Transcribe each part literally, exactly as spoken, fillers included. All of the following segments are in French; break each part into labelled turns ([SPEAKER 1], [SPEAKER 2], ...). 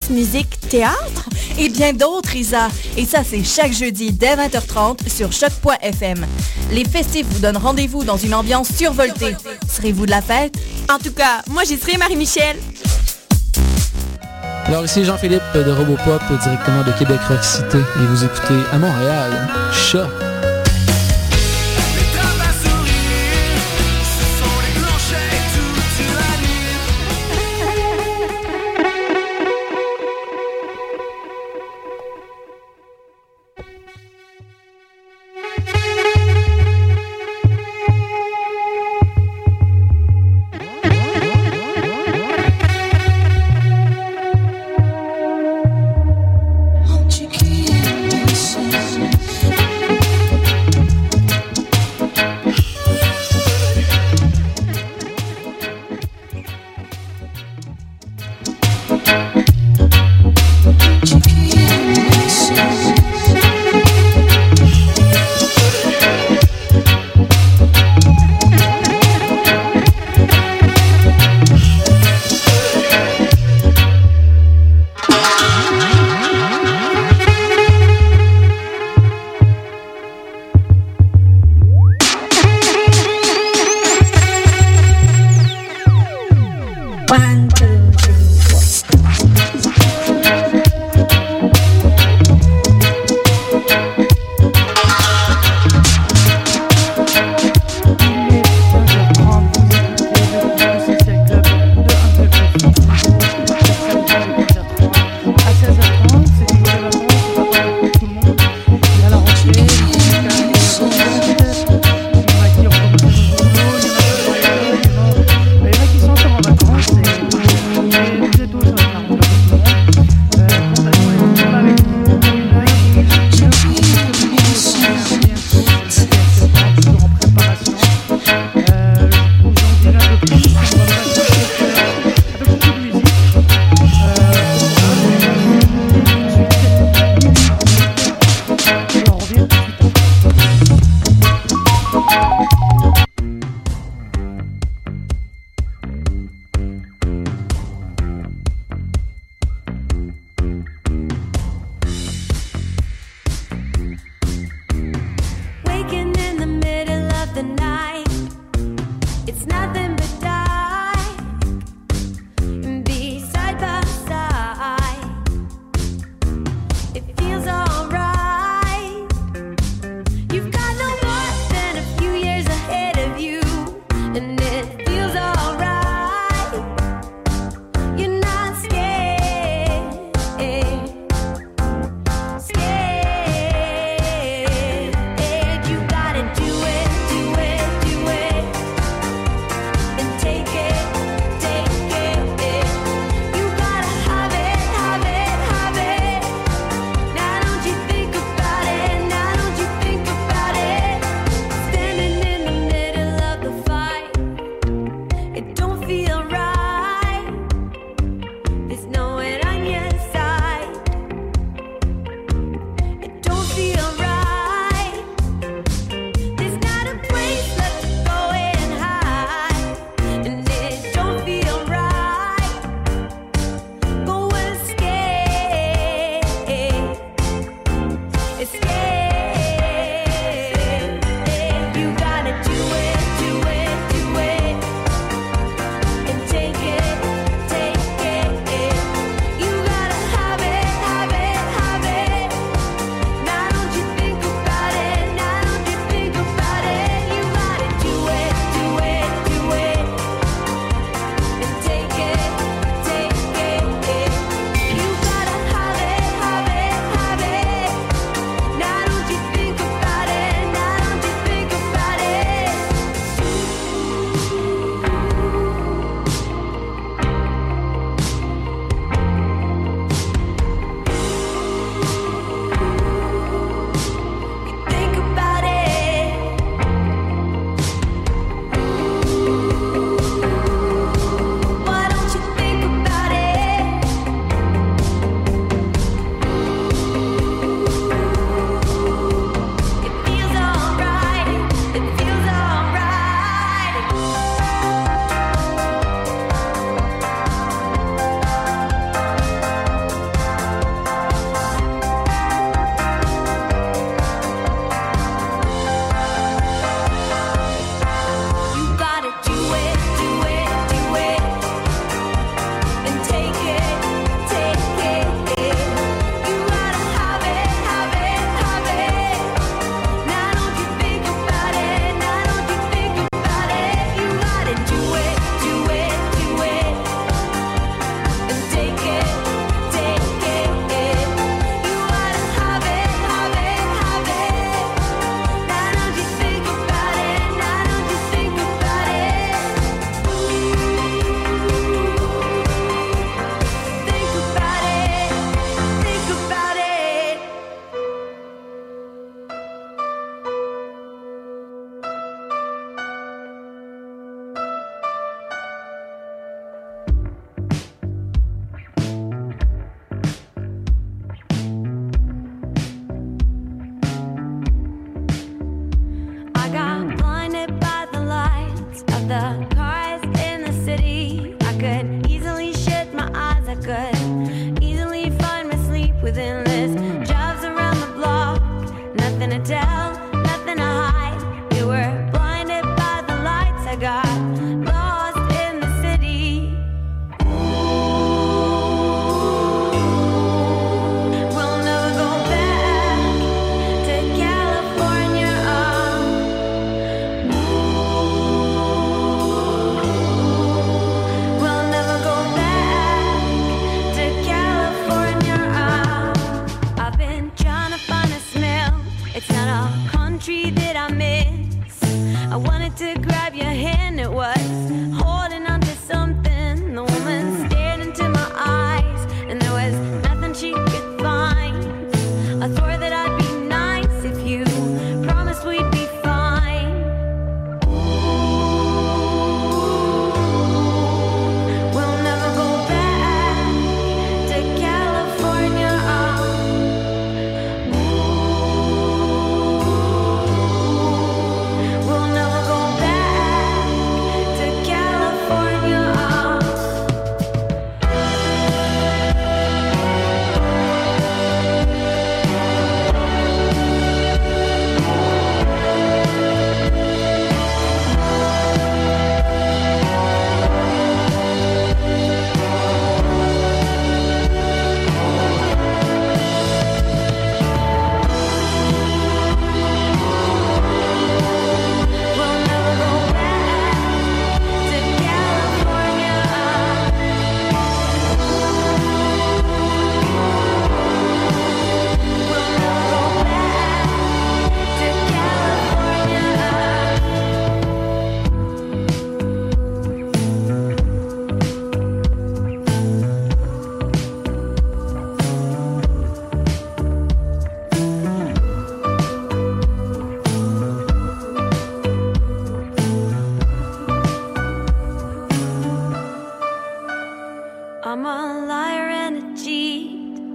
[SPEAKER 1] danse, musique, théâtre et bien d'autres, Isa. Et ça, c'est chaque jeudi dès vingt heures trente sur choc point f m. Les festifs vous donnent rendez-vous dans une ambiance survoltée. Serez-vous de la fête? En tout cas, moi j'y serai, Marie-Michel.
[SPEAKER 2] Alors ici Jean-Philippe de Robopop, directement de Québec Rock Cité, et vous écoutez à Montréal, Choc.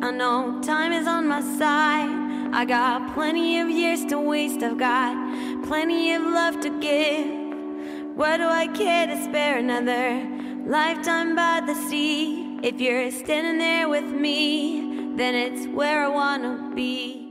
[SPEAKER 3] I know time is on my side. I got plenty of years to waste. I've got plenty of love to give. What do I care to spare another lifetime by the sea? If you're standing there with me, then it's where I wanna be.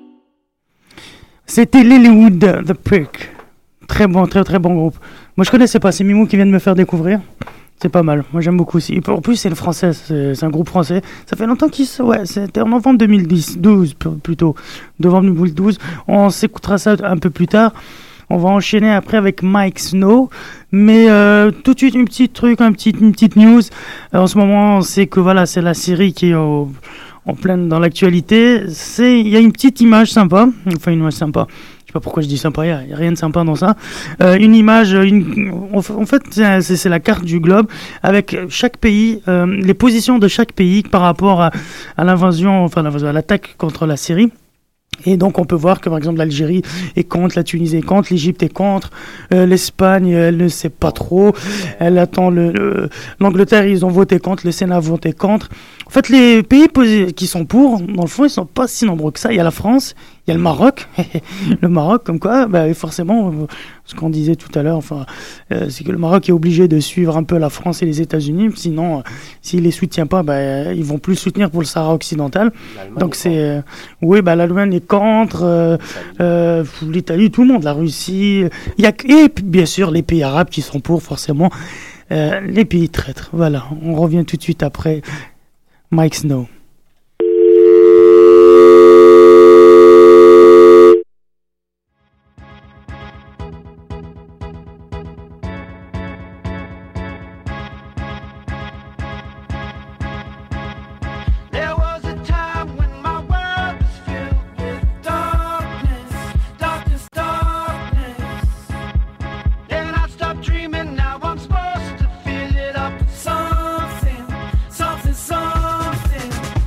[SPEAKER 4] C'était Lilywood, The Prick. Très bon, très très bon groupe. Moi je connaissais pas, c'est Mimou qui vient de me faire découvrir. C'est pas mal, moi j'aime beaucoup aussi. En plus c'est le français, c'est, c'est un groupe français. Ça fait longtemps qu'ils sont... Ouais, c'était en novembre deux mille dix, douze plutôt. Novembre deux mille douze. On s'écoutera ça un peu plus tard. On va enchaîner après avec Mike Snow. Mais euh, tout de suite, une petite truc, un petit, une petite news. Euh, en ce moment, on sait que voilà, c'est la série qui est au, en pleine dans l'actualité. C'est, il y a une petite image sympa. Enfin, une image sympa. Je sais pas pourquoi je dis sympa, il n'y a, a rien de sympa dans ça. Euh, une image, une, en fait, c'est, c'est la carte du globe avec chaque pays, euh, les positions de chaque pays par rapport à, à l'invasion, enfin l'invasion, à l'attaque contre la Syrie. Et donc on peut voir que par exemple l'Algérie est contre, la Tunisie est contre, l'Égypte est contre, euh, l'Espagne elle ne sait pas trop, elle attend le, le l'Angleterre ils ont voté contre, le Sénat a voté contre. En fait les pays posés, qui sont pour, dans le fond ils sont pas si nombreux que ça. Il y a la France, il y a le Maroc, le Maroc comme quoi, bah forcément ce qu'on disait tout à l'heure, enfin euh, c'est que le Maroc est obligé de suivre un peu la France et les États-Unis, sinon euh, s'il les soutient pas, bah ils vont plus le soutenir pour le Sahara occidental. L'Allemagne donc c'est euh, oui bah l'Allemagne est contre, euh, euh, l'Italie, tout le monde, la Russie, il y a et bien sûr les pays arabes qui sont pour forcément, euh, les pays traîtres. Voilà, on revient tout de suite après Mike Snow.
[SPEAKER 5] Something, something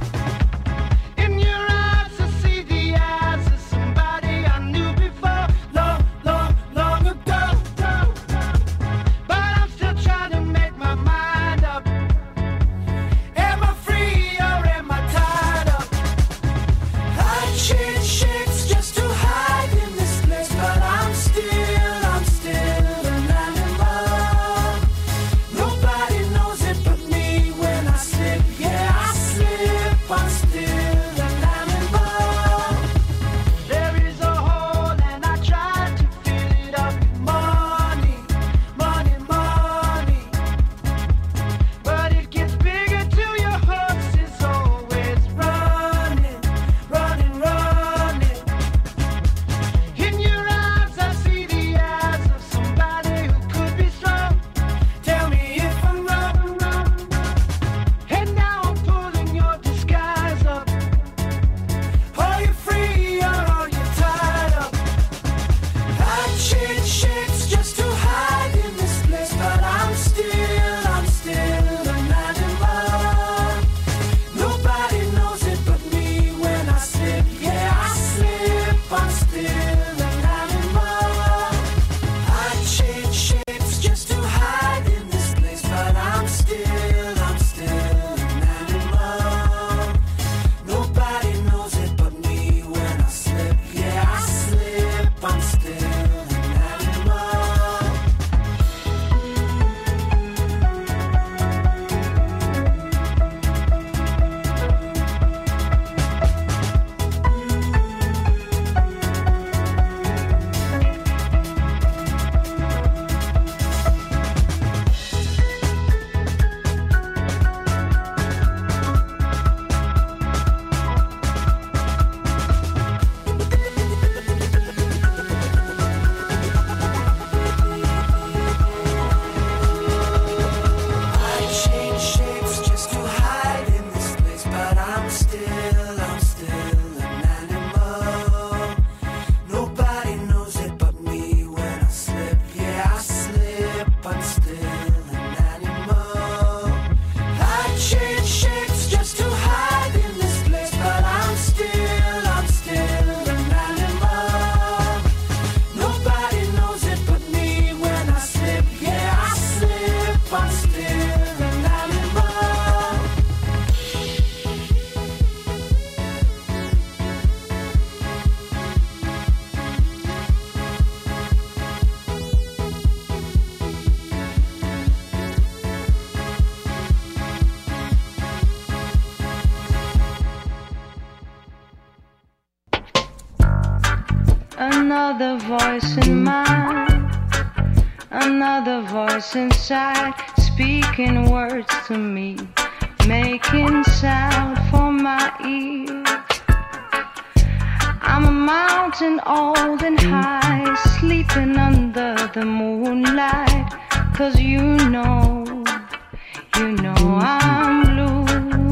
[SPEAKER 5] Another voice in mind, another voice inside, speaking words to me, making sound for my ear. I'm a mountain old and high, sleeping under the moonlight, 'cause you know, you know I'm blue.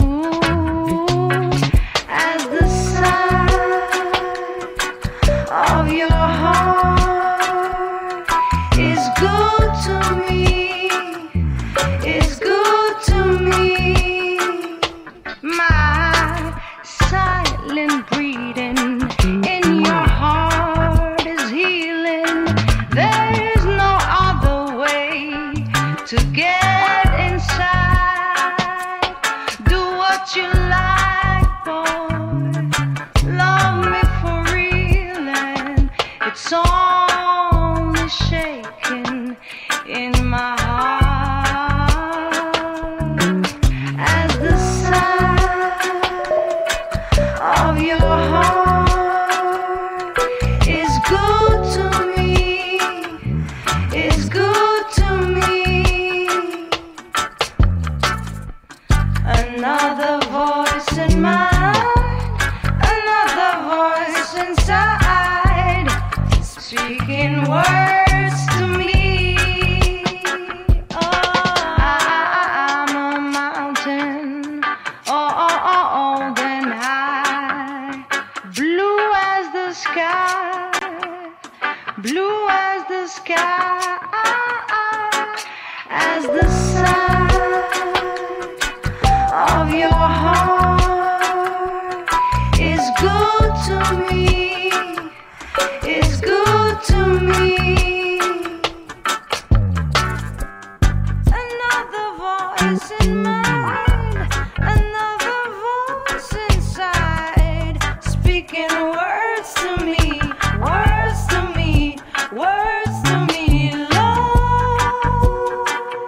[SPEAKER 5] As the side of your heart is good to me, is good to me. My silent breathing in your heart is healing. There's no other way to get inside. Do what you like, boy. Love me for real, and it's only shaking in my heart. As the side of your heart is good to me, is good to me. Another voice in mind, another voice inside, speaking words to me. Oh, I'm a mountain, oh, oh, oh, old and high, blue as the sky, blue as the sky, as the side of your heart is good to me, is good to me. Another voice in mind, another voice inside, speaking words to me, words to me, words to me, love,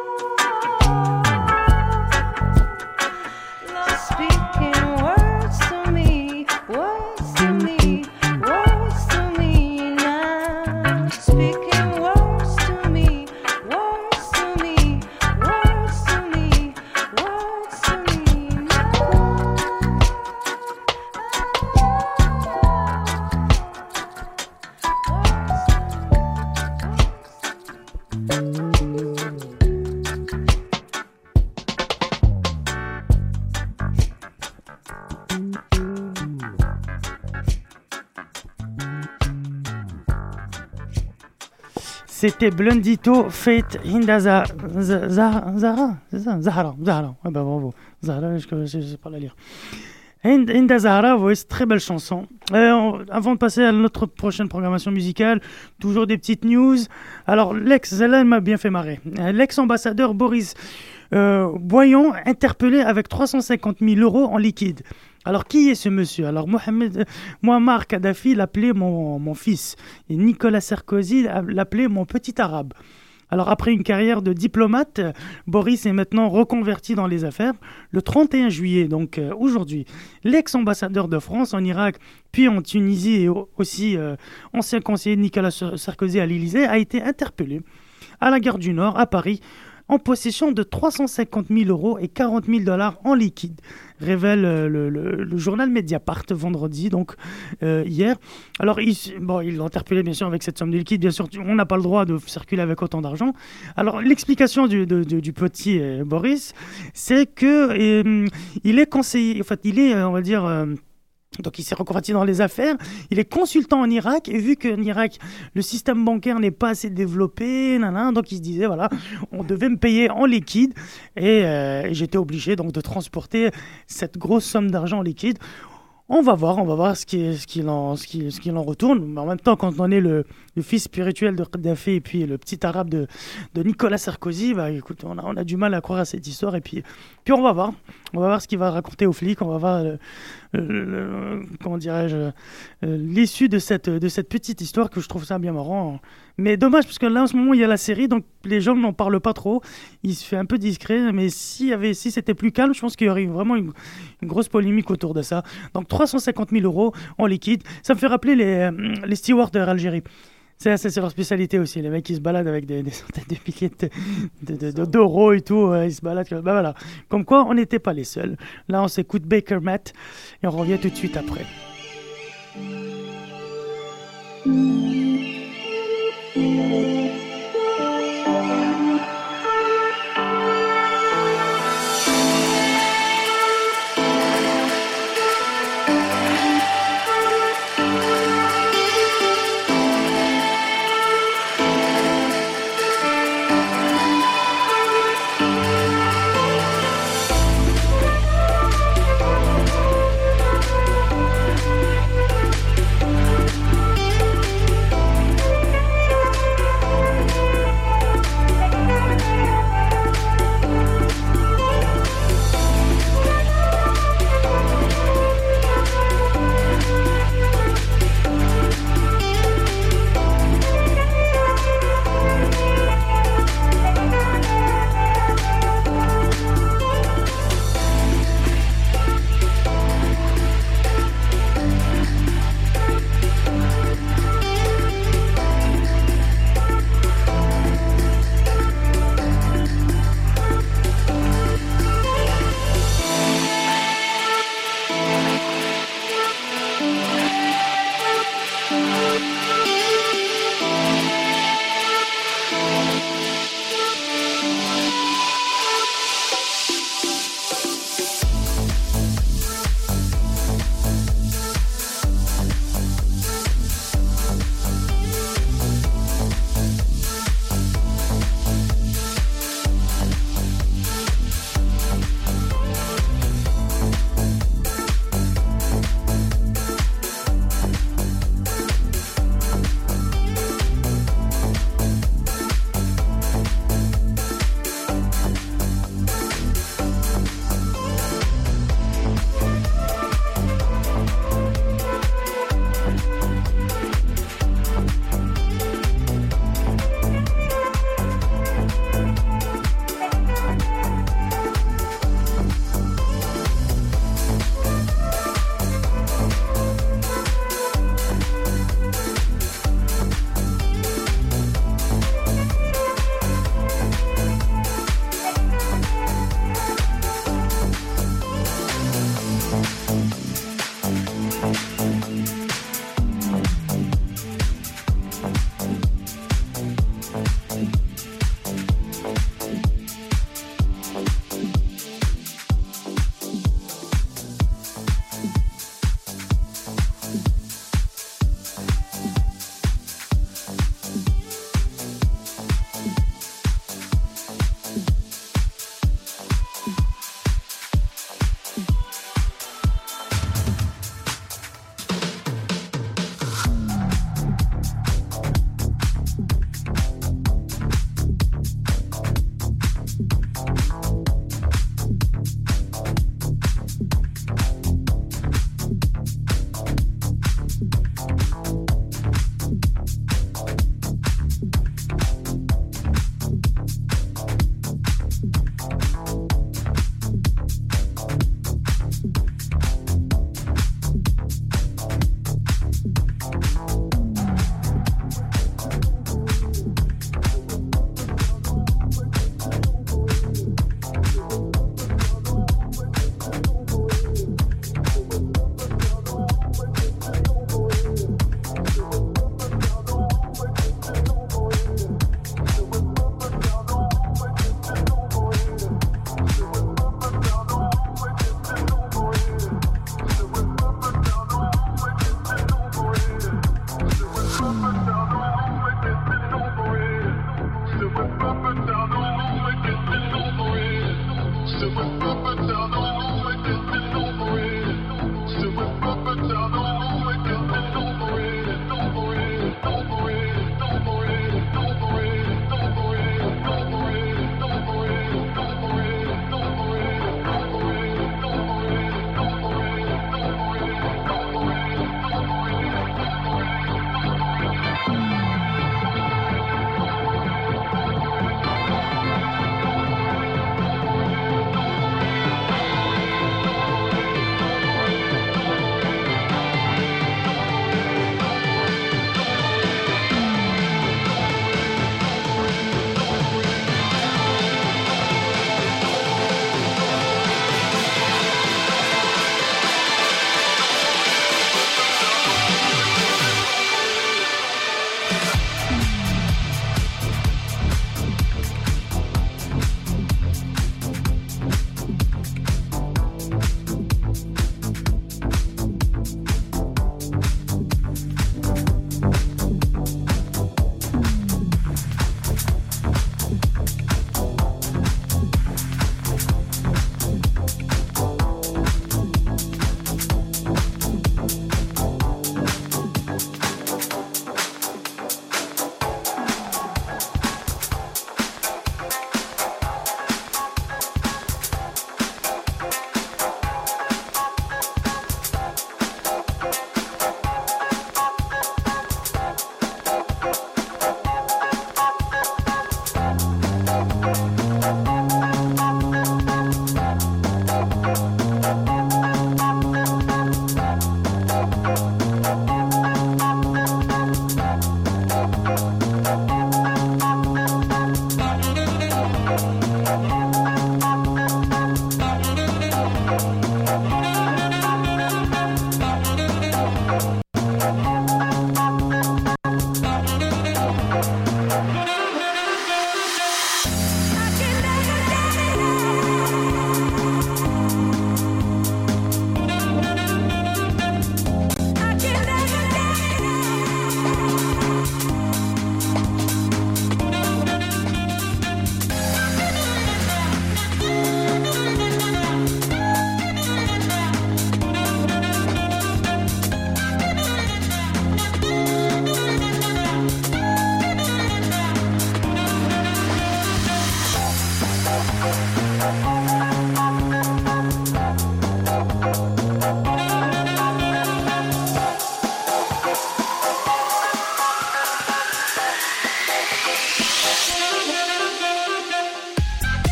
[SPEAKER 5] love, speaking words to me, words to me, words to me now, speaking words to me, words to me, words to me, words to me now.
[SPEAKER 4] C'était Blondito, Fate, Hindaza, Zahra, Zahra, c'est ça, Zahra, Zahra, ouais bah bravo, Zahra, je ne sais pas la lire. Hind- Hinda Zahra, ouais, c'est très belle chanson. Euh, on- avant de passer à notre prochaine programmation musicale, toujours des petites news. Alors l'ex, celle-là, elle m'a bien fait marrer. Euh, L'ex-ambassadeur Boris euh, Boyan, interpellé avec trois cent cinquante mille euros en liquide. Alors, qui est ce monsieur? Alors, Mohamed, euh, Muammar Kadhafi l'appelait mon, mon fils. Et Nicolas Sarkozy l'appelait mon petit arabe. Alors, après une carrière de diplomate, euh, Boris est maintenant reconverti dans les affaires. Le trente et un juillet, donc euh, aujourd'hui, l'ex-ambassadeur de France en Irak, puis en Tunisie et au- aussi euh, ancien conseiller de Nicolas Sar- Sarkozy à l'Élysée, a été interpellé à la gare du Nord, à Paris, en possession de trois cent cinquante mille euros et quarante mille dollars en liquide, révèle euh, le, le- le journal Mediapart vendredi, donc euh, hier. Alors, ils bon, ils l'ont interpellé bien sûr avec cette somme de liquide, bien sûr, tu- on n'a pas le droit de circuler avec autant d'argent. Alors, l'explication du, de- de- du petit euh, Boris, c'est que euh, il est conseiller, en fait, il est, euh, on va dire... euh, donc il s'est reconverti dans les affaires, il est consultant en Irak, et vu qu'en Irak, le système bancaire n'est pas assez développé, nanana, donc il se disait, voilà, on devait me payer en liquide, et, euh, et j'étais obligé donc de transporter cette grosse somme d'argent en liquide. On va voir, on va voir ce qu'il ce qu'il en, ce qu'il- ce qu'il en retourne. Mais en même temps, quand on est le, le fils spirituel de Kadhafi et puis le petit arabe de, de Nicolas Sarkozy, bah écoute, on a, on a du mal à croire à cette histoire. Et puis, puis on va voir. On va voir ce qu'il va raconter aux flics. On va voir, le, le- le- comment dirais-je, euh, l'issue de cette, de cette petite histoire que je trouve ça bien marrant. Mais dommage, parce que là, en ce moment, il y a la série, donc les gens n'en parlent pas trop. Il se fait un peu discret, mais s'il y avait, si c'était plus calme, je pense qu'il y aurait vraiment une, une grosse polémique autour de ça. Donc trois cent cinquante mille euros en liquide. Ça me fait rappeler les, euh, les stewards de Algérie. C'est, c'est, c'est leur spécialité aussi. Les mecs qui se baladent avec des, des centaines de milliers de, de, de, de, d'euros et tout. euh, Ils se baladent. Comme, bah voilà. Comme quoi, on n'était pas les seuls. Là, on s'écoute Baker Matt et on revient tout de suite après.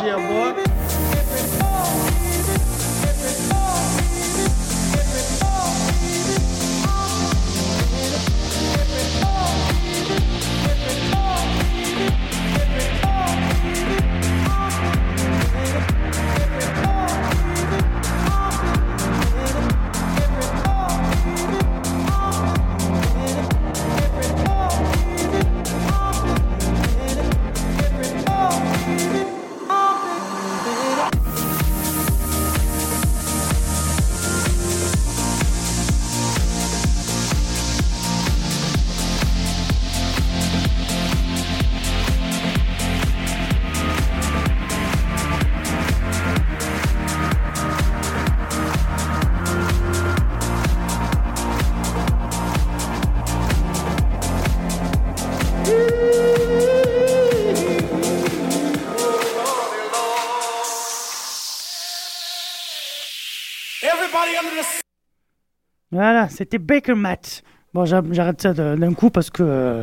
[SPEAKER 6] here, boy.
[SPEAKER 4] Voilà, c'était Baker Matt. Bon, j'a- j'arrête ça de- d'un coup parce que euh,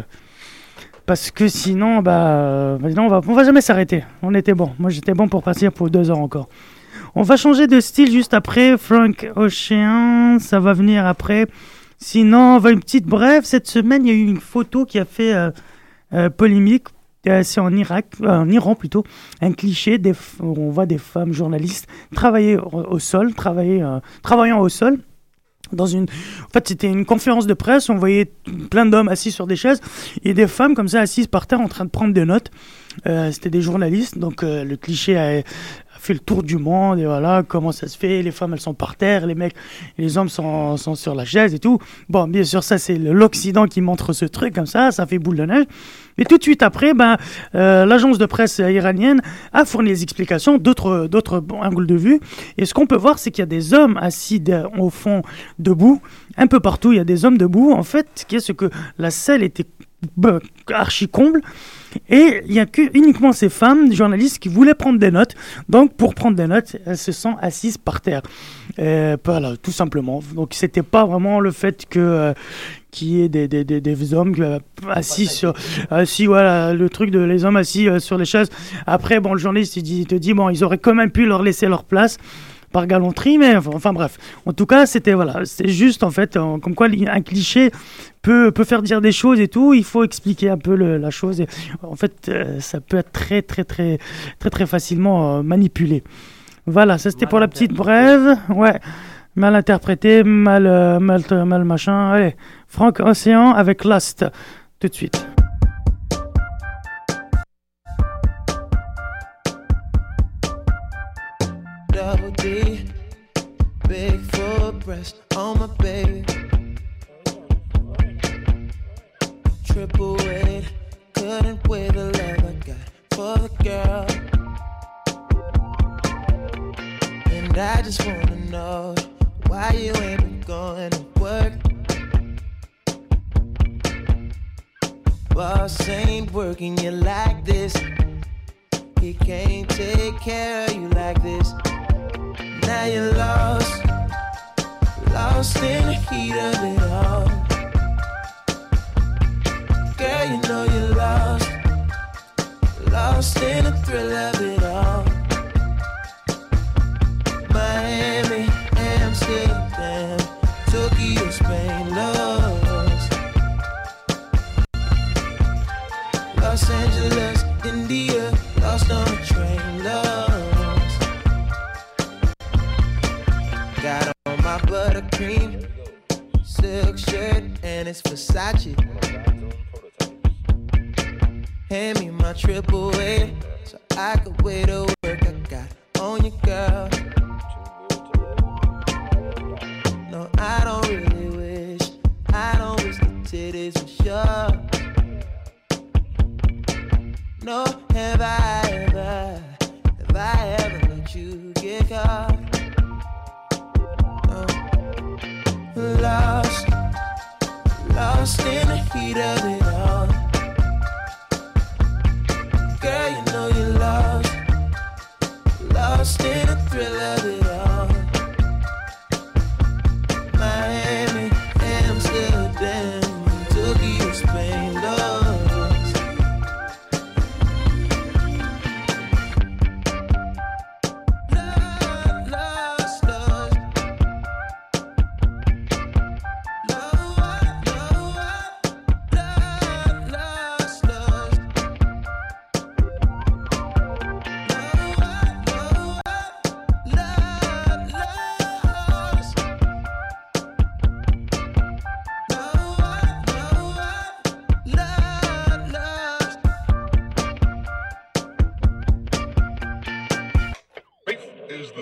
[SPEAKER 4] parce que sinon, bah, euh, bah, sinon, on va on va jamais s'arrêter. On était bon. Moi, j'étais bon pour partir pour deux heures encore. On va changer de style juste après. Frank Ocean, ça va venir après. Sinon, on va une petite brève. Cette semaine, il y a eu une photo qui a fait euh, euh, polémique. Euh, c'est en Irak, euh, en Iran plutôt. Un cliché. Des, f- on voit des femmes journalistes travailler au, au sol, travailler, euh, travaillant au sol. Dans une... En fait, c'était une conférence de presse. On voyait plein d'hommes assis sur des chaises et des femmes comme ça assises par terre en train de prendre des notes. Euh, c'était des journalistes. Donc, euh, le cliché a, a fait le tour du monde. Et voilà, comment ça se fait. Les femmes, elles sont par terre. Les mecs, les hommes sont, sont sur la chaise et tout. Bon, bien sûr, ça, c'est le- l'Occident qui montre ce truc comme ça. Ça fait boule de neige. Mais tout de suite après, ben, euh, l'agence de presse iranienne a fourni les explications d'autres, d'autres angles de vue. Et ce qu'on peut voir, c'est qu'il y a des hommes assis de- au fond, debout. Un peu partout, il y a des hommes debout. En fait, ce qui est ce que la salle était bah, archi comble. Et il n'y a que uniquement ces femmes, journalistes, qui voulaient prendre des notes. Donc, pour prendre des notes, elles se sont assises par terre. Euh, voilà, tout simplement. Donc, c'était pas vraiment le fait que euh, qu'il y ait des, des, des, des hommes euh, assis sur, assis, voilà, le truc de les hommes assis euh, sur les chaises. Après, bon, le journaliste, il, dit, il te dit, bon, ils auraient quand même pu leur laisser leur place par galanterie, mais enfin, enfin, bref. En tout cas, c'était voilà, c'est juste en fait, euh, comme quoi un cliché peut, peut faire dire des choses et tout. Il faut expliquer un peu le- la chose. Et, en fait, euh, ça peut être très, très, très, très, très facilement euh, manipulé. Voilà, ça c'était pour la petite brève. Ouais, mal interprété, mal, euh, mal, mal machin. Allez, Frank Ocean avec Last, tout de suite.
[SPEAKER 7] Double D, big full breast on my baby. Triple weight, couldn't weigh the love I got for the girl. And I just wanna know why you ain't been going to work. Boss ain't working you like this. He can't take care of you like this. Now you're lost, lost in the heat of it all. Girl, you know you're lost, lost in the thrill of it all. Miami, Amsterdam, Tokyo, Spain, lost. Los Angeles, India, lost on a train, lost. Got on my buttercream silk shirt and it's Versace. Hand me my triple A so I could wear the work I got on you, girl. No, I don't really wish, I don't wish the titties were sure. No, have I ever, have I ever let you get caught? Lost, lost in the heat of it all. Girl, you know you're lost, lost in the thrill of it all. Miami, Amsterdam, Tokyo, Spain, lost.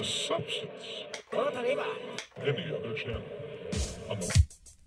[SPEAKER 6] substance. Any other channel. On the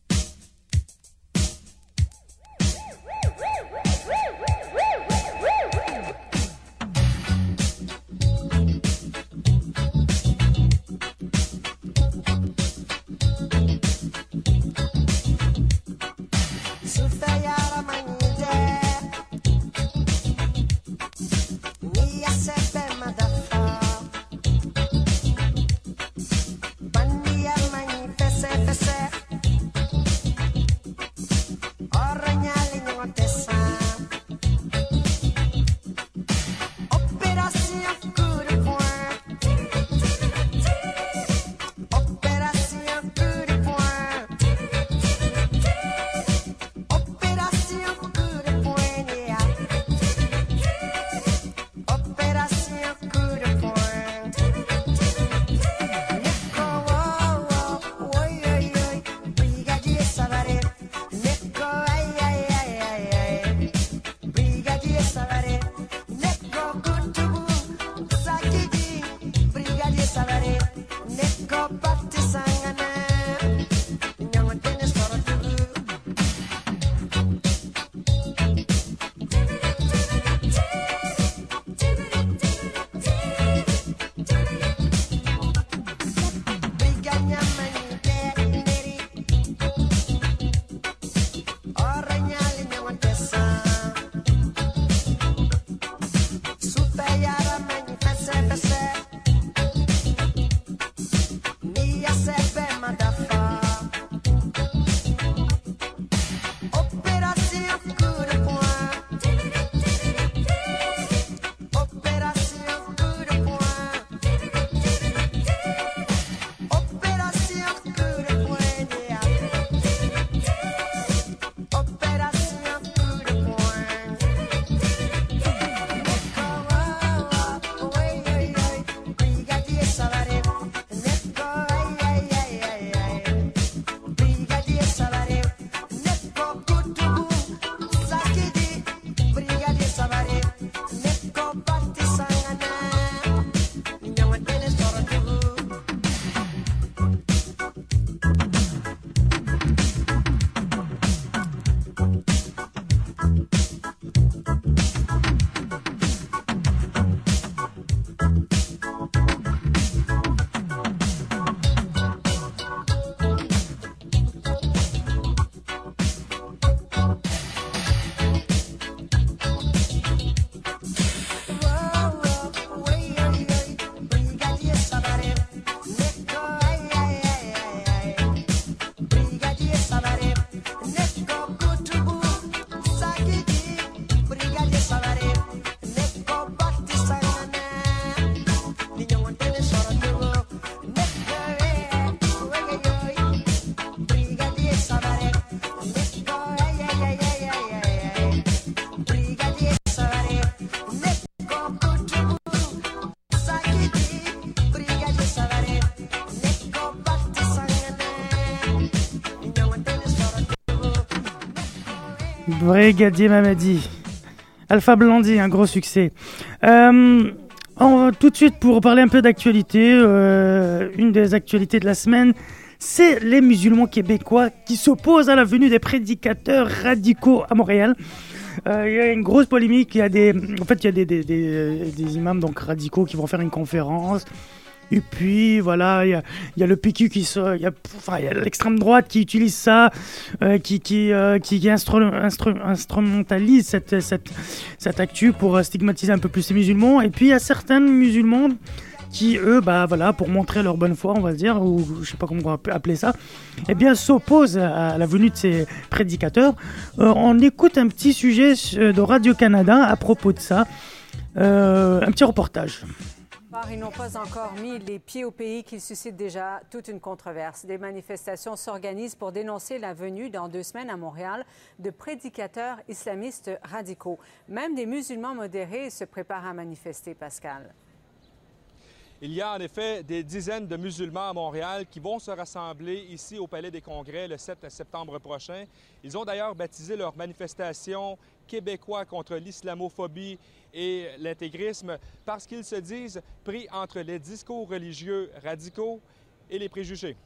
[SPEAKER 4] Brigadier Mamadi. Alpha Blondy, un gros succès. Euh, on va tout de suite pour parler un peu d'actualité. Euh, une des actualités de la semaine, c'est les musulmans québécois qui s'opposent à la venue des prédicateurs radicaux à Montréal. Euh, il y a une grosse polémique. Il y a des, en fait, il y a des, des, des, des imams donc radicaux qui vont faire une conférence. Et puis voilà, il y a, il y a le P Q qui se, il y a, enfin, il y a l'extrême droite qui utilise ça, euh, qui, qui, euh, qui, qui instru, instru, instrumentalise cette, cette, cette actu pour stigmatiser un peu plus les musulmans. Et puis il y a certains musulmans qui, eux, bah voilà, pour montrer leur bonne foi, on va dire, ou je sais pas comment on va appeler ça, eh bien s'opposent à la venue de ces prédicateurs. Euh, on écoute un petit sujet de Radio-Canada à propos de ça, euh, un petit reportage.
[SPEAKER 8] Ils n'ont pas encore mis les pieds au pays qui suscite déjà toute une controverse. Des manifestations s'organisent pour dénoncer la venue dans deux semaines à Montréal de prédicateurs islamistes radicaux. Même des musulmans modérés se préparent à manifester, Pascal.
[SPEAKER 9] Il y a en effet des dizaines de musulmans à Montréal qui vont se rassembler ici au Palais des Congrès le sept septembre prochain. Ils ont d'ailleurs baptisé leur manifestation « Québécois contre l'islamophobie et l'intégrisme » parce qu'ils se disent pris entre les discours religieux radicaux et les préjugés.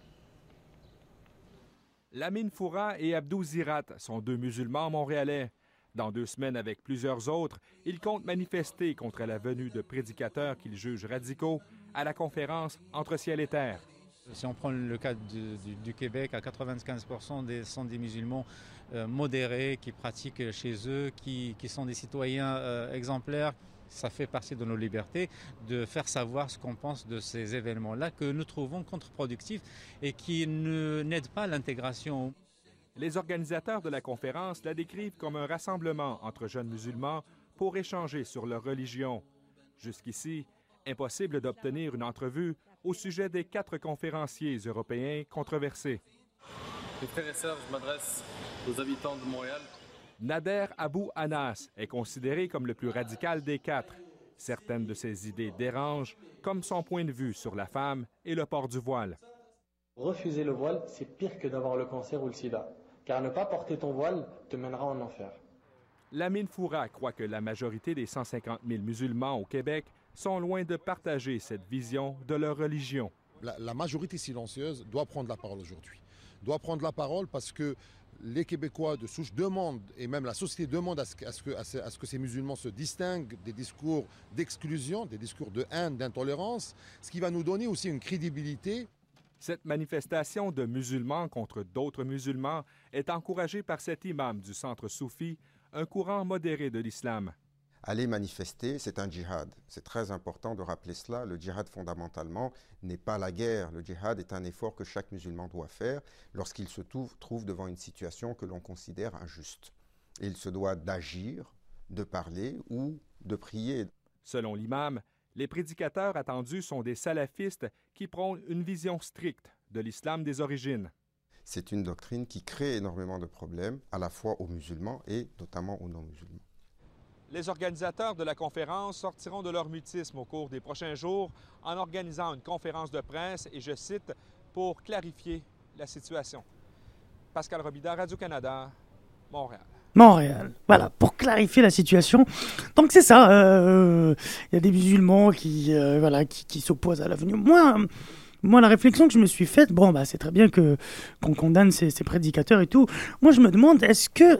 [SPEAKER 9] Lamine Foura et Abdou Zirat sont deux musulmans montréalais. Dans deux semaines avec plusieurs autres, ils comptent manifester contre la venue de prédicateurs qu'ils jugent radicaux à la conférence Entre ciel et terre.
[SPEAKER 10] Si on prend le cas du, du, du Québec, à quatre-vingt-quinze pour cent des, sont des musulmans euh, modérés qui pratiquent chez eux, qui, qui sont des citoyens euh, exemplaires. Ça fait partie de nos libertés de faire savoir ce qu'on pense de ces événements-là que nous trouvons contre-productifs et qui ne, n'aident pas à l'intégration.
[SPEAKER 9] Les organisateurs de la conférence la décrivent comme un rassemblement entre jeunes musulmans pour échanger sur leur religion. Jusqu'ici, impossible d'obtenir une entrevue au sujet des quatre conférenciers européens controversés.
[SPEAKER 11] Mes frères et sœurs, je m'adresse aux habitants de Montréal.
[SPEAKER 9] Nader Abou Anas est considéré comme le plus radical des quatre. Certaines de ses idées dérangent, comme son point de vue sur la femme et le port du voile.
[SPEAKER 12] Refuser le voile, c'est pire que d'avoir le cancer ou le sida, car ne pas porter ton voile te mènera en enfer.
[SPEAKER 9] Lamine Foura croit que la majorité des cent cinquante mille musulmans au Québec sont loin de partager cette vision de leur religion.
[SPEAKER 13] La, la majorité silencieuse doit prendre la parole aujourd'hui. Doit prendre la parole parce que les Québécois de souche demandent, et même la société demande à ce que, à ce que, à ce, à ce que ces musulmans se distinguent des discours d'exclusion, des discours de haine, d'intolérance, ce qui va nous donner aussi une crédibilité.
[SPEAKER 9] Cette manifestation de musulmans contre d'autres musulmans est encouragée par cet imam du centre soufi, un courant modéré de l'islam.
[SPEAKER 14] Aller manifester, c'est un djihad. C'est très important de rappeler cela. Le djihad, fondamentalement, n'est pas la guerre. Le djihad est un effort que chaque musulman doit faire lorsqu'il se trouve devant une situation que l'on considère injuste. Et il se doit d'agir, de parler ou de prier.
[SPEAKER 9] Selon l'imam, les prédicateurs attendus sont des salafistes qui prônent une vision stricte de l'islam des origines.
[SPEAKER 14] C'est une doctrine qui crée énormément de problèmes, à la fois aux musulmans et notamment aux non-musulmans.
[SPEAKER 9] Les organisateurs de la conférence sortiront de leur mutisme au cours des prochains jours en organisant une conférence de presse, et je cite, pour clarifier la situation. Pascal Robida, Radio-Canada, Montréal.
[SPEAKER 4] Montréal, voilà, pour clarifier la situation. Donc c'est ça, il euh, y a des musulmans qui, euh, voilà, qui, qui s'opposent à l'avenue. Moi, moi, la réflexion que je me suis faite, bon, bah, c'est très bien que, qu'on condamne ces, ces prédicateurs et tout. Moi, je me demande, est-ce que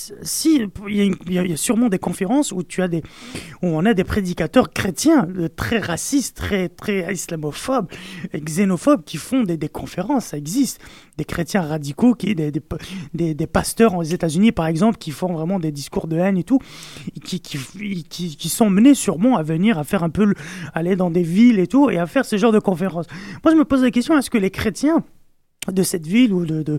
[SPEAKER 4] si, il y, y, y a sûrement des conférences où tu as des, où on a des prédicateurs chrétiens euh, très racistes, très, très islamophobes, et xénophobes qui font des, des conférences, ça existe. Des chrétiens radicaux, qui, des, des, des, des pasteurs aux États-Unis, par exemple, qui font vraiment des discours de haine et tout, qui, qui, qui, qui sont menés sûrement à venir, à faire un peu, le, aller dans des villes et tout, et à faire ce genre de conférences. Moi, je me pose la question, est-ce que les chrétiens de cette ville ou de... de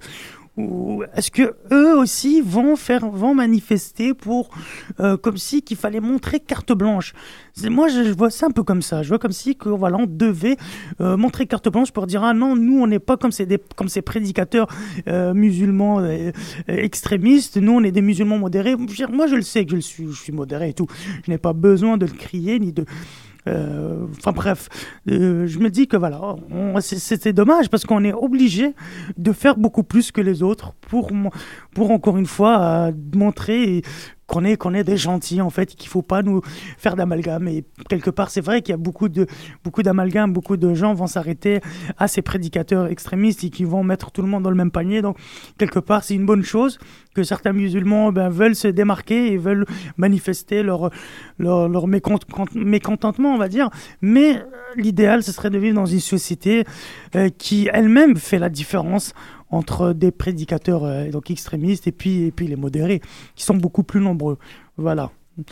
[SPEAKER 4] ou est-ce que eux aussi vont faire, vont manifester pour, euh, comme si qu'il fallait montrer carte blanche. C'est, moi, je, je vois ça un peu comme ça. Je vois comme si que voilà, on devait euh, montrer carte blanche pour dire ah non, nous on n'est pas comme ces des, comme ces prédicateurs euh, musulmans euh, extrémistes. Nous on est des musulmans modérés. Moi, je le sais que je le suis, je suis modéré et tout. Je n'ai pas besoin de le crier ni de. Euh, enfin bref, euh, je me dis que voilà, on, c'est, c'est dommage parce qu'on est obligé de faire beaucoup plus que les autres pour, pour encore une fois euh, montrer qu'on est, qu'on est des gentils en fait, et qu'il ne faut pas nous faire d'amalgame. Et quelque part, c'est vrai qu'il y a beaucoup, de, beaucoup d'amalgame, beaucoup de gens vont s'arrêter à ces prédicateurs extrémistes et qui vont mettre tout le monde dans le même panier. Donc, quelque part, c'est une bonne chose que certains musulmans ben, veulent se démarquer et veulent manifester leur, leur, leur mécont- mécontentement, on va dire. Mais euh, l'idéal, ce serait de vivre dans une société euh, qui elle-même fait la différence entre des prédicateurs euh, donc extrémistes et puis, et puis les modérés, qui sont beaucoup plus nombreux. Voilà.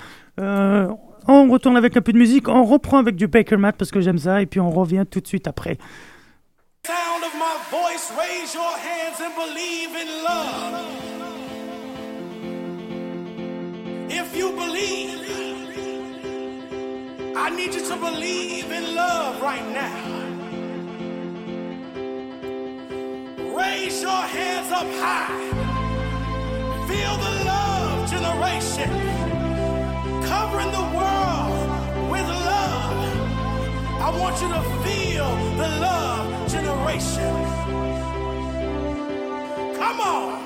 [SPEAKER 4] Euh, on retourne avec un peu de musique, on reprend avec du Baker Mat parce que j'aime ça, et puis on revient tout de suite après.
[SPEAKER 15] Sound of my voice, raise your hands and believe in love. If you believe, I need you to believe in love right now. Raise your hands up high. Feel the love generation covering the world with love. I I want you to feel the love generation. Come on.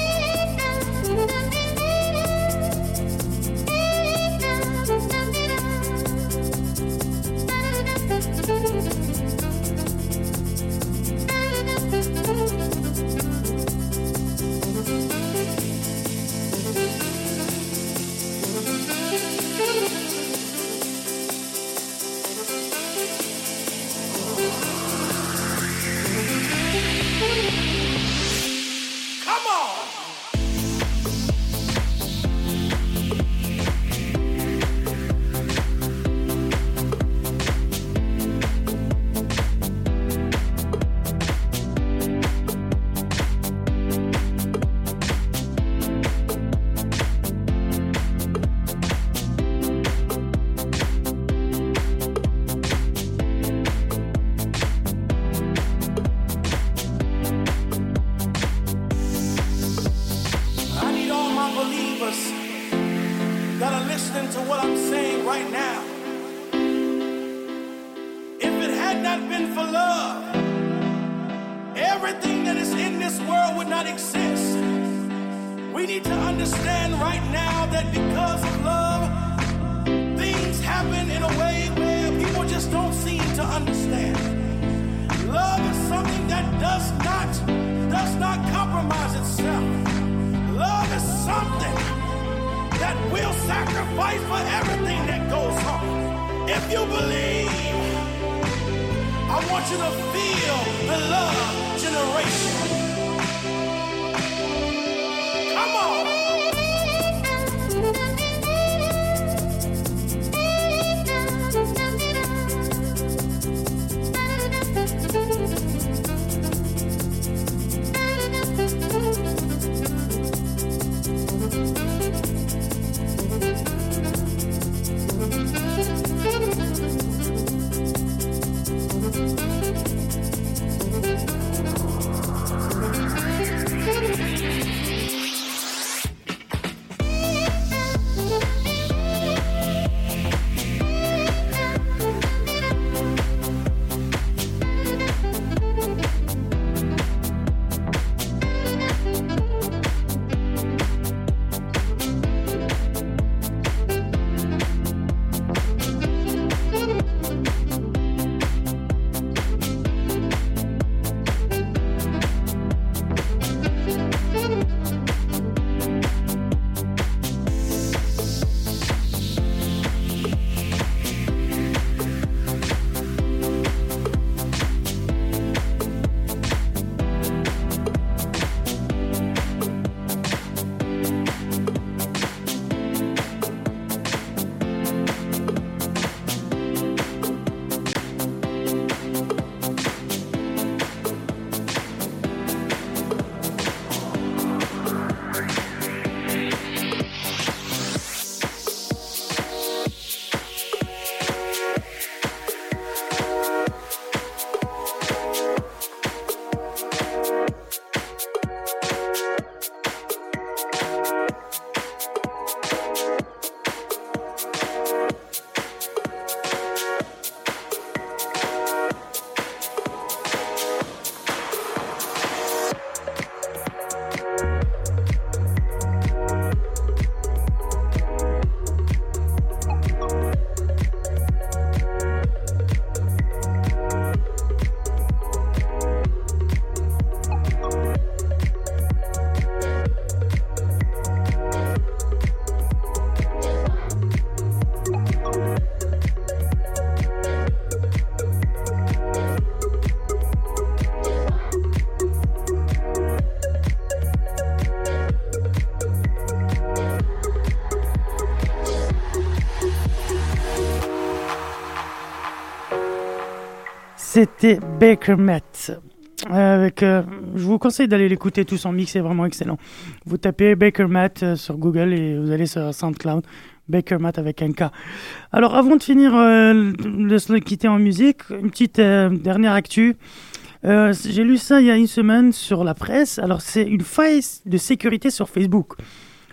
[SPEAKER 4] C'était Baker Matt. Avec, euh, je vous conseille d'aller l'écouter tous en mix, c'est vraiment excellent. Vous tapez Baker Matt euh, sur Google et vous allez sur SoundCloud. Baker Matt avec un K. Alors avant de finir, euh, de se quitter en musique, une petite euh, dernière actu. Euh, j'ai lu ça il y a une semaine sur la presse. Alors c'est une faille de sécurité sur Facebook.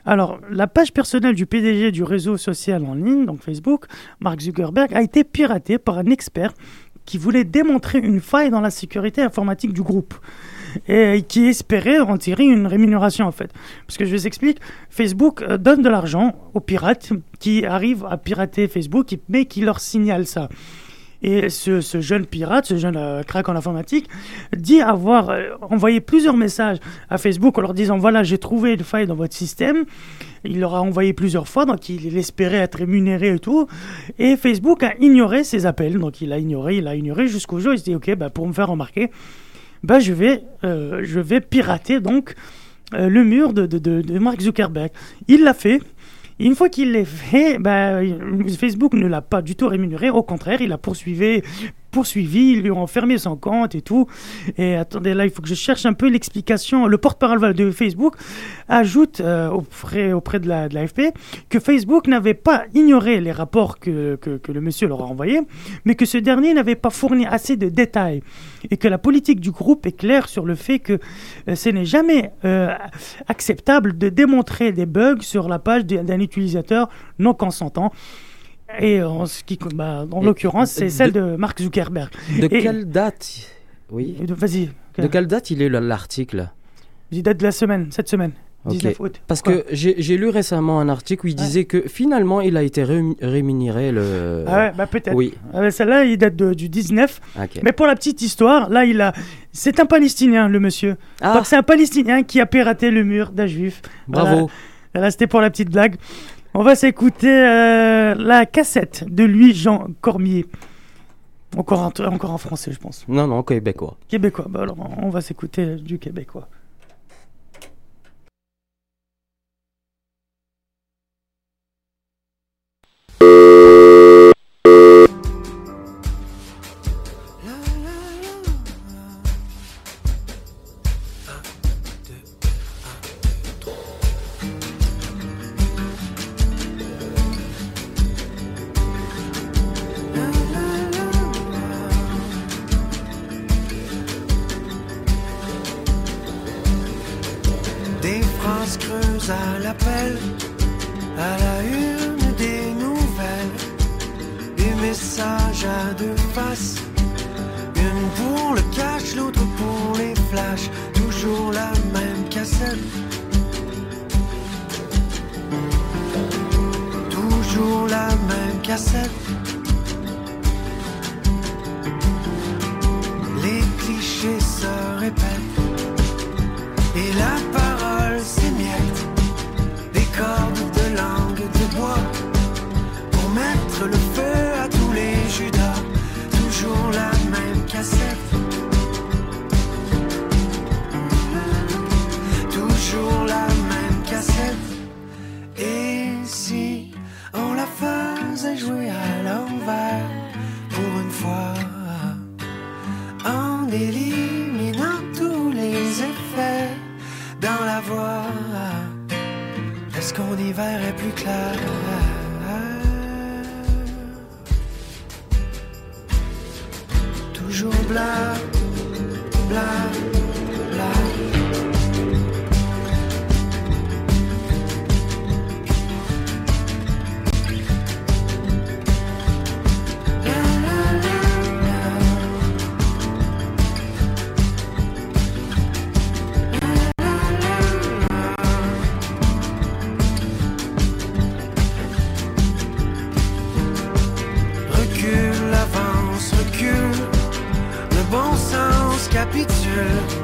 [SPEAKER 4] Alors, la page personnelle du P D G du réseau social en ligne, donc Facebook, Mark Zuckerberg, a été piratée par un expert qui voulait démontrer une faille dans la sécurité informatique du groupe et qui espérait en tirer une rémunération en fait. Parce que je vous explique, Facebook euh, donne de l'argent aux pirates qui arrivent à pirater Facebook, mais qui leur signalent ça. Et ce, ce jeune pirate, ce jeune euh, crack en informatique, dit avoir euh, envoyé plusieurs messages à Facebook en leur disant « Voilà, j'ai trouvé une faille dans votre système ». Il leur a envoyé plusieurs fois, donc il, il espérait être rémunéré et tout. Et Facebook a ignoré ses appels, donc il a ignoré, il a ignoré jusqu'au jour où il s'est dit « Ok, bah, pour me faire remarquer, bah, je, vais, euh, je vais pirater donc, euh, le mur de, de, de, de Mark Zuckerberg ». Il l'a fait. Et une fois qu'il l'a fait, bah, Facebook ne l'a pas du tout rémunéré. Au contraire, il a poursuivi, poursuivi, ils lui ont fermé son compte et tout. Et attendez, là, il faut que je cherche un peu l'explication. Le porte-parole de Facebook ajoute euh, auprès, auprès de la, de l'A F P que Facebook n'avait pas ignoré les rapports que, que, que le monsieur leur a envoyés, mais que ce dernier n'avait pas fourni assez de détails. Et que la politique du groupe est claire sur le fait que euh, ce n'est jamais euh, acceptable de démontrer des bugs sur la page d'un utilisateur non consentant. Et en ce qui, bah, en l'occurrence, c'est de, celle de Mark Zuckerberg.
[SPEAKER 16] De
[SPEAKER 4] et,
[SPEAKER 16] quelle date Oui.
[SPEAKER 4] De, vas-y.
[SPEAKER 16] De quelle date il est l'article?
[SPEAKER 4] Il date de la semaine, cette semaine.
[SPEAKER 16] Okay.
[SPEAKER 4] dix-neuf août.
[SPEAKER 16] Parce
[SPEAKER 4] Quoi?
[SPEAKER 16] que j'ai, j'ai lu récemment un article où il ouais. disait que finalement il a été ré- rémunéré le.
[SPEAKER 4] Ah ouais, bah peut-être.
[SPEAKER 16] Oui.
[SPEAKER 4] Ah bah celle-là, il date de, du dix-neuf.
[SPEAKER 16] Okay.
[SPEAKER 4] Mais pour la petite histoire, là, il a. C'est un Palestinien, le monsieur. Ah. Donc c'est un Palestinien qui a piraté le mur d'un juif.
[SPEAKER 16] Bravo.
[SPEAKER 4] Voilà. Là, c'était pour la petite blague. On va s'écouter euh, la cassette de Louis-Jean Cormier. Encore en, encore en français, je pense.
[SPEAKER 16] Non, non, québécois.
[SPEAKER 4] Québécois. Bah alors, on va s'écouter du québécois.
[SPEAKER 7] À l'appel, à la une des nouvelles, des messages à deux faces, une pour le cash, l'autre pour les flashs, toujours la même cassette, toujours la même cassette. Les clichés se répètent et la parole s'émiette. Cordes de langue de bois pour mettre le feu à tous les Judas. Toujours la même cassette, toujours la même cassette. Et si on la faisait jouer à l'envers pour une fois, en éliminant tous les effets dans la voix, est-ce qu'on y verrait plus clair? Toujours blanc, blanc, blanc. Capitule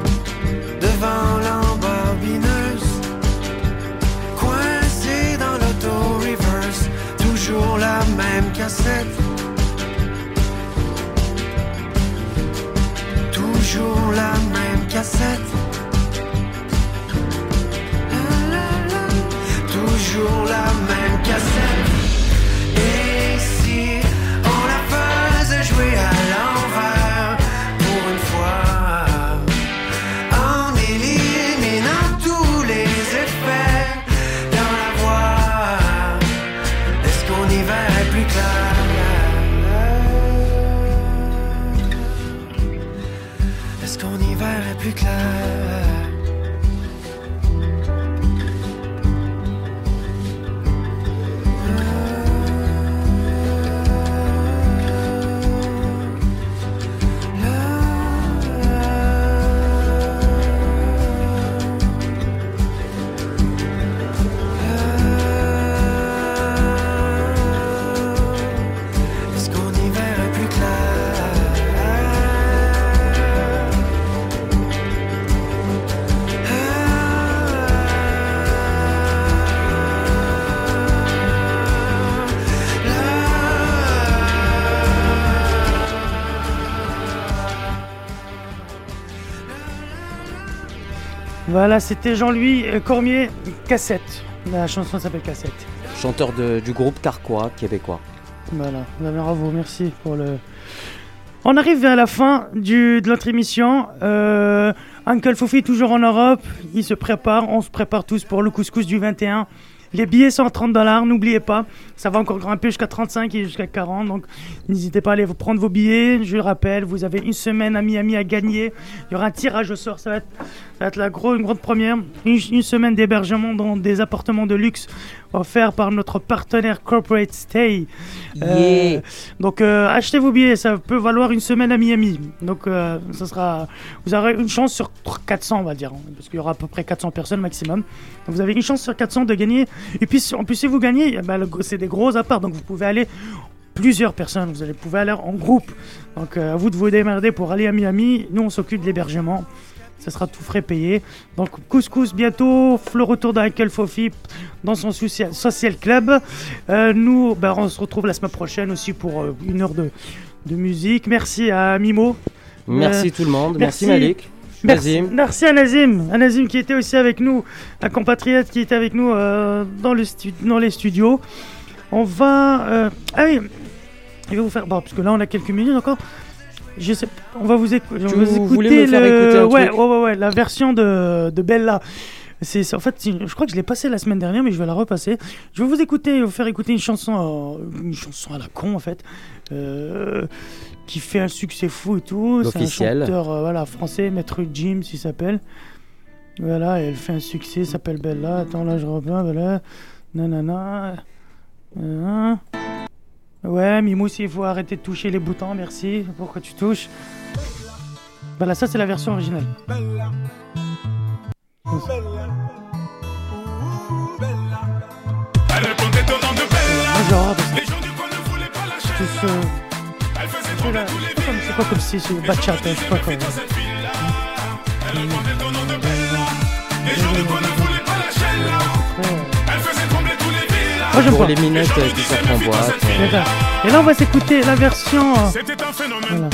[SPEAKER 4] Voilà, c'était Jean-Louis Cormier, Cassette. La chanson s'appelle Cassette.
[SPEAKER 16] Chanteur de, du groupe Carquois, québécois.
[SPEAKER 4] Voilà, bravo, merci pour le... On arrive vers la fin du, de notre émission. Euh, Uncle Foufi toujours en Europe, il se prépare, on se prépare tous pour le couscous du vingt et un. Les billets sont à trente dollars, n'oubliez pas, ça va encore grimper jusqu'à trente-cinq et jusqu'à quarante, donc n'hésitez pas à aller prendre vos billets. Je le rappelle, vous avez une semaine à Miami à gagner, il y aura un tirage au sort, ça va être, ça va être la gros, une grande première, une, une semaine d'hébergement dans des appartements de luxe offerts par notre partenaire Corporate Stay.
[SPEAKER 16] Yeah.
[SPEAKER 4] Euh, donc euh, achetez vos billets, ça peut valoir une semaine à Miami, donc euh, ça sera, vous aurez une chance sur quatre cents, on va dire, parce qu'il y aura à peu près quatre cents personnes maximum, donc vous avez une chance sur quatre cents de gagner. Et puis en plus si vous gagnez, bah, le, c'est des gros apparts, donc vous pouvez aller plusieurs personnes, vous allez pouvoir aller en groupe, donc euh, à vous de vous démerder pour aller à Miami. Nous on s'occupe de l'hébergement, ça sera tout frais payé. Donc couscous bientôt, le retour d'Uncle Fofi dans son social, social club. Euh, nous bah, on se retrouve la semaine prochaine aussi pour euh, une heure de, de musique. Merci à Mimo,
[SPEAKER 16] merci euh, tout le monde, merci, merci Malik.
[SPEAKER 4] Merci, merci à Nazim, à Nazim qui était aussi avec nous, un compatriote qui était avec nous euh, dans, le stu- dans les studios. On va... Euh, ah oui, je vais vous faire... Bon, parce que là on a quelques minutes encore. Je sais, on va vous, écou- on va vous écouter, le... écouter un ouais, truc. Ouais, ouais, ouais, la version de, de Bella. C'est, c'est, en fait, je crois que je l'ai passée la semaine dernière, mais je vais la repasser. Je vais vous écouter, vous faire écouter une chanson, euh, une chanson à la con en fait. Euh, qui fait un succès fou et tout.
[SPEAKER 16] L'officiel.
[SPEAKER 4] C'est un chanteur euh, voilà, français, Maître Jim, il s'appelle. Voilà, elle fait un succès, il s'appelle Bella. Attends, là, je reviens, voilà. Nanana. Nanana. Ouais, Mimous, il faut arrêter de toucher les boutons, merci. Pourquoi tu touches? Voilà, ça, c'est la version originale.
[SPEAKER 15] Bella. Bella. Bella. Elle répondait au nom de Bella.
[SPEAKER 4] Moi, genre, parce que...
[SPEAKER 15] Les gens du coin ne voulaient pas lâcher.
[SPEAKER 4] Tout ce... C'est, la... c'est, pas comme... c'est pas comme si c'est bachata, c'est pas comme...
[SPEAKER 16] Moi, j'aime pour pas. Les minettes qui sortent en boîte.
[SPEAKER 4] Et là, on va s'écouter la version... Voilà.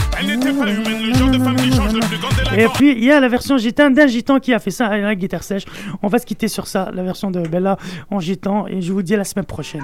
[SPEAKER 4] Et puis, il y a la version gitan d'un gitan qui a fait ça à la guitare sèche. On va se quitter sur ça, la version de Bella en gitan. Et je vous dis à la semaine prochaine.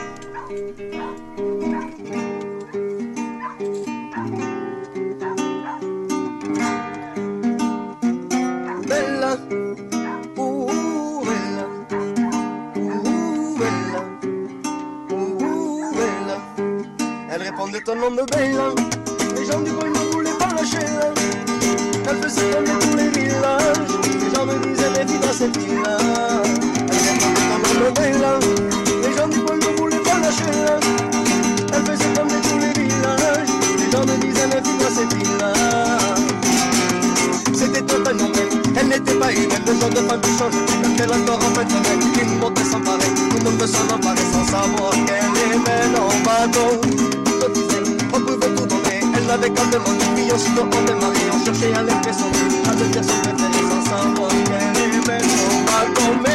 [SPEAKER 7] Bella, ooh, Bella, ooh, Bella, ooh, Bella. Elle répondait au nom de Bella. Les gens du coin ne voulaient pas lâcher là. Elle faisait tourner tous les villages. Les gens me disaient les filles dans cette ville-là. Elle répondait au nom de Bella. Les gens du coin ne voulaient pas lâcher là. Elle faisait tourner tous les villages. Les gens me disaient les filles dans cette ville-là. C'était un phénomène, elle n'était pas humaine. Le genre de femme qui change, elle encore en fait semaine. Une montée sans pareil, tout le monde veut s'en emparer sans savoir qu'elle est belle en bateau. On pouvait tout donner, elle n'avait qu'à demander. Puis aussitôt on démarrait, on cherchait à l'impressionner, à devenir son préféré sans savoir qu'elle est belle en bateau.